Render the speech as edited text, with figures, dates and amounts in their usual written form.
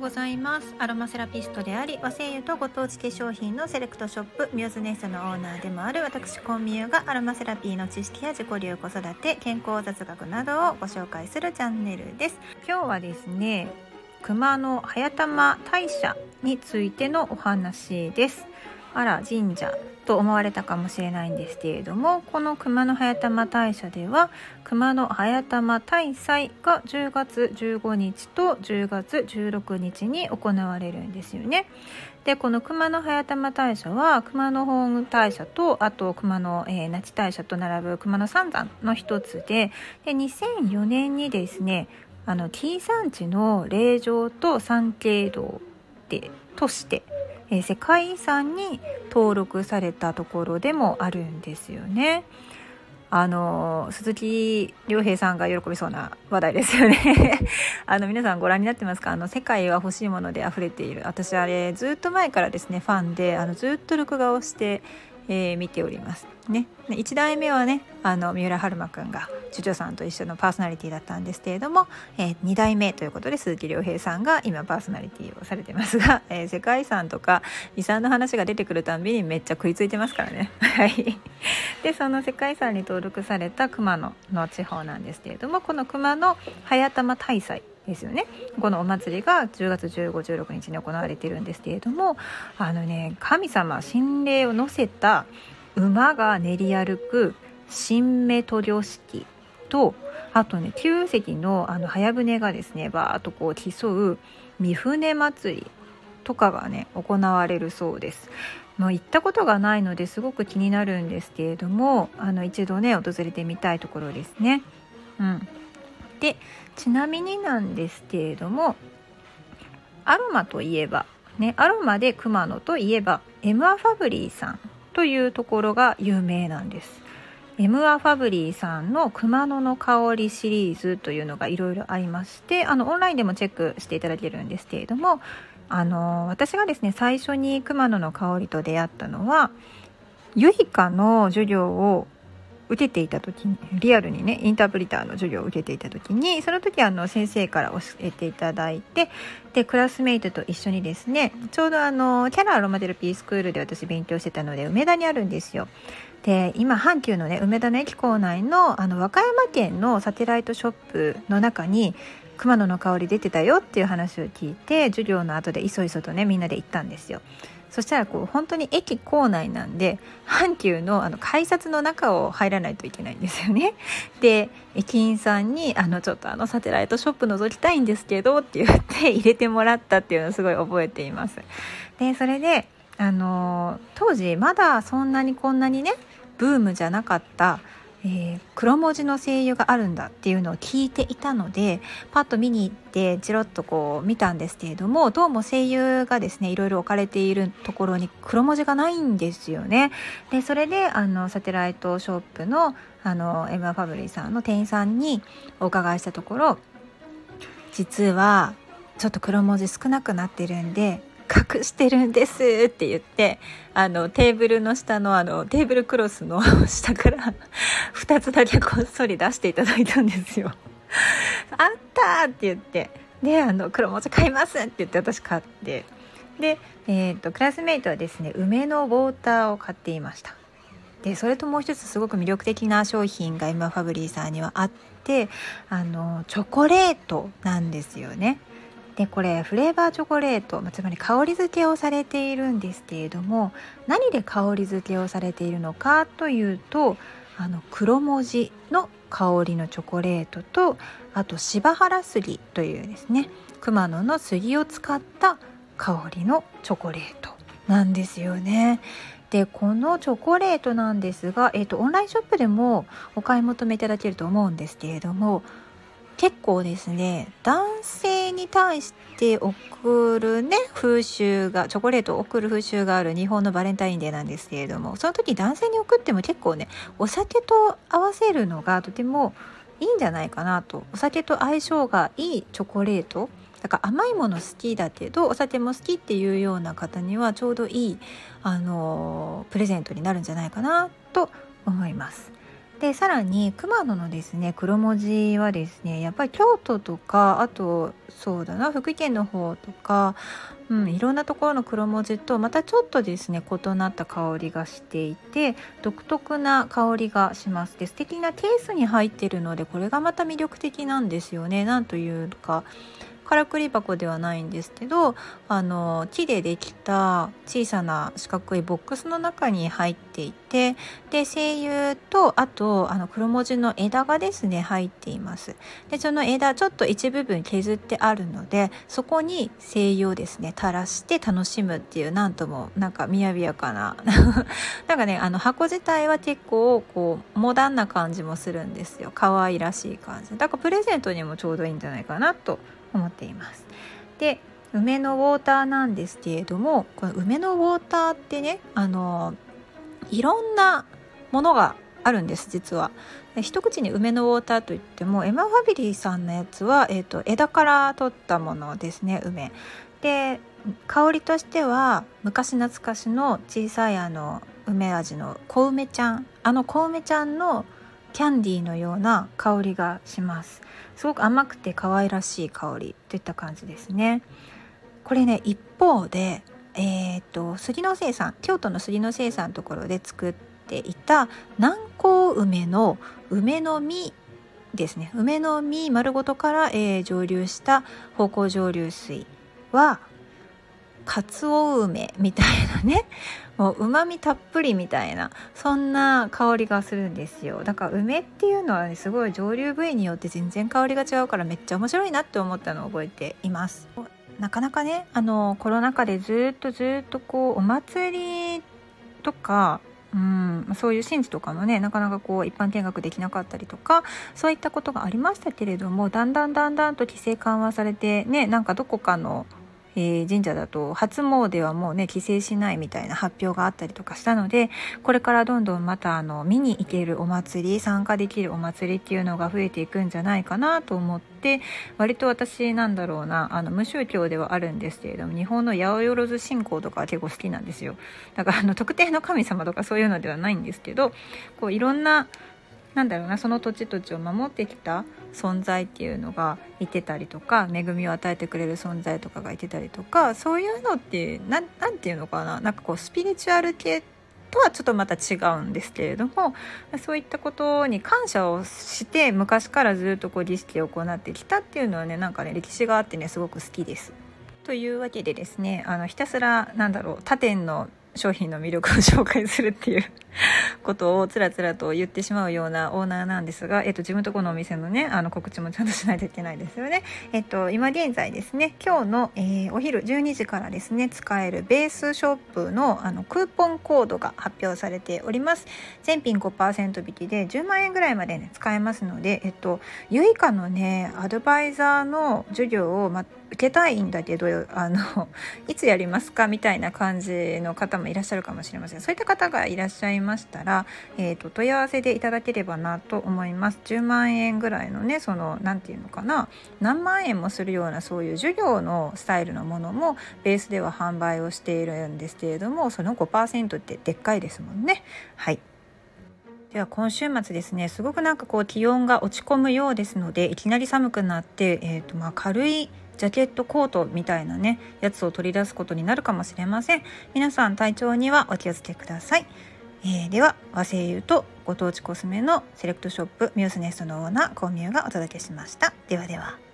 ございます。アロマセラピストであり、和精油とご当地化粧品のセレクトショップミューズネストのオーナーでもある私コンミューがアロマセラピーの知識や自己流子育て、健康雑学などをご紹介するチャンネルです。今日はですね、熊野早玉大社についてのお話です。あら神社と思われたかもしれないんですけれども、この熊野早玉大社では熊野早玉大祭が10月15日と10月16日に行われるんですよね。でこの熊野早玉大社は熊野本大社とあと熊野、那智大社と並ぶ熊野三山の一つで、2004年にですね紀伊山地の霊場と参詣道として世界遺産に登録されたところでもあるんですよね。鈴木亮平さんが喜びそうな話題ですよね皆さんご覧になってますか？世界は欲しいもので溢れている。私あれずっと前からですねファンでずっと録画をして見ておりますね。1代目はね三浦春馬くんがジョジョさんと一緒のパーソナリティだったんですけれども、2代目ということで鈴木亮平さんが今パーソナリティをされてますが、世界遺産とか遺産の話が出てくるたんびにめっちゃ食いついてますからねはいでその世界遺産に登録された熊野の地方なんですけれども、この熊野早玉大祭ですよね。このお祭りが10月15、16日に行われているんですけれども、神様神霊を乗せた馬が練り歩く神目塗料式と、あとね9隻の早船がですねバーッとこう競う御船祭りとかがね行われるそうです。もう行ったことがないのですごく気になるんですけれども、一度ね訪れてみたいところですね。でちなみになんですけれども、アロマといえばね、アロマで熊野といえばエムアファブリーさんというところが有名なんです。エムアファブリーさんの熊野の香りシリーズというのがいろいろありまして、オンラインでもチェックしていただけるんですけれども、私がですね最初に熊野の香りと出会ったのはユリカの授業を受けていた時に、リアルにねインタープリターの授業を受けていた時に、その時先生から教えていただいて、でクラスメイトと一緒にですね、ちょうどキャラアロマテラピースクールで私勉強してたので梅田にあるんですよ。で今阪急のね梅田の駅構内の和歌山県のサテライトショップの中に熊野の香り出てたよっていう話を聞いて、授業の後でいそいそとねみんなで行ったんですよ。そしたら本当に駅構内なんで阪急の改札の中を入らないといけないんですよね。で駅員さんにちょっとサテライトショップ覗きたいんですけどって言って入れてもらったっていうのをすごい覚えています。でそれで当時まだそんなにこんなにねブームじゃなかった黒文字の精油があるんだっていうのを聞いていたので、パッと見に行ってチロッと見たんですけれども、どうも精油がですねいろいろ置かれているところに黒文字がないんですよね。でそれでサテライトショップのエムアファブリーさんの店員さんにお伺いしたところ、実はちょっと黒文字少なくなってるんで隠してるんですって言って、テーブルの下のテーブルクロスの下から2つだけこっそり出していただいたんですよあったって言って、で黒文字買いますって言って私買って、で、クラスメイトはですね梅のウォーターを買っていました。でそれともう一つすごく魅力的な商品がエムアファブリーさんにはあって、チョコレートなんですよね。でこれフレーバーチョコレート、つまり香り付けをされているんですけれども、何で香り付けをされているのかというと、黒文字の香りのチョコレートと、あと芝原杉というですね熊野の杉を使った香りのチョコレートなんですよね。でこのチョコレートなんですが、オンラインショップでもお買い求めいただけると思うんですけれども、結構ですね男性に対して送るね風習が、チョコレートを送る風習がある日本のバレンタインデーなんですけれども、その時男性に送っても結構ねお酒と合わせるのがとてもいいんじゃないかなと。お酒と相性がいいチョコレートだから、甘いもの好きだけどお酒も好きっていうような方にはちょうどいいプレゼントになるんじゃないかなと思います。 でさらに熊野のですね黒文字はですねやっぱり京都とか、あとそうだな福井県の方とか、いろんなところの黒文字とまたちょっとですね異なった香りがしていて、独特な香りがします。で素敵なケースに入っているので、これがまた魅力的なんですよね。なんというかからくり箱ではないんですけど、木でできた小さな四角いボックスの中に入っていて、で精油とあと黒文字の枝がですね入っています。でその枝ちょっと一部分削ってあるので、そこに精油をですね垂らして楽しむっていう、なんともなんか雅やかななんかね箱自体は結構こうモダンな感じもするんですよ。可愛らしい感じだからプレゼントにもちょうどいいんじゃないかなと思っています。で梅のウォーターなんですけれども、この梅のウォーターってねいろんなものがあるんです。実は一口に梅のウォーターといっても、エマファビリーさんのやつは、枝から取ったものですね。梅で香りとしては昔懐かしの小さい梅味の小梅ちゃん、小梅ちゃんのキャンディーのような香りがします。すごく甘くて可愛らしい香りといった感じですね。これね、一方で杉の生産、京都の杉の生産のところで作っていた南高梅の梅の実ですね。梅の実丸ごとから、蒸留した芳香蒸留水はかつお梅みたいなね、もう旨味たっぷりみたいな、そんな香りがするんですよ。だから梅っていうのは、ね、すごい蒸留部位によって全然香りが違うからめっちゃ面白いなって思ったのを覚えています。なかなかねコロナ禍でずっとこうお祭りとかそういう神事とかもねなかなかこう一般見学できなかったりとか、そういったことがありましたけれども、だんだんと規制緩和されてね、なんかどこかの神社だと初詣はもうね規制しないみたいな発表があったりとかしたので、これからどんどんまた見に行けるお祭り、参加できるお祭りっていうのが増えていくんじゃないかなと思って、割と私無宗教ではあるんですけれども、日本の八百万信仰とかは結構好きなんですよ。だから特定の神様とかそういうのではないんですけど、こういろんなその土地土地を守ってきた存在っていうのがいてたりとか、恵みを与えてくれる存在とかがいてたりとか、そういうのってなんていうのかな、なんかこうスピリチュアル系とはちょっとまた違うんですけれども、そういったことに感謝をして昔からずっとこう儀式を行ってきたっていうのはね、なんかね歴史があってねすごく好きです。というわけでですね、ひたすら他店の商品の魅力を紹介するっていうことをつらつらと言ってしまうようなオーナーなんですが、自分とこのお店のね告知もちゃんとしないといけないですよね。今現在ですね、今日の、お昼12時からですね使えるベースショップのクーポンコードが発表されております。全品 5% 引きで10万円ぐらいまで、ね、使えますので、ユイカのねアドバイザーの授業を受けたいんだけどいつやりますかみたいな感じの方もいらっしゃるかもしれません。そういった方がいらっしゃいましたら、問い合わせでいただければなと思います。10万円ぐらいのね、なんていうのかな、何万円もするようなそういう授業のスタイルのものもベースでは販売をしているんですけれども、その 5% ってでっかいですもんね。はい。では今週末ですね、すごく気温が落ち込むようですので、いきなり寒くなって、軽いジャケットコートみたいなねやつを取り出すことになるかもしれません。皆さん体調にはお気をつけください。では和製油とご当地コスメのセレクトショップミュースネストのオーナーコウミュウがお届けしました。ではでは。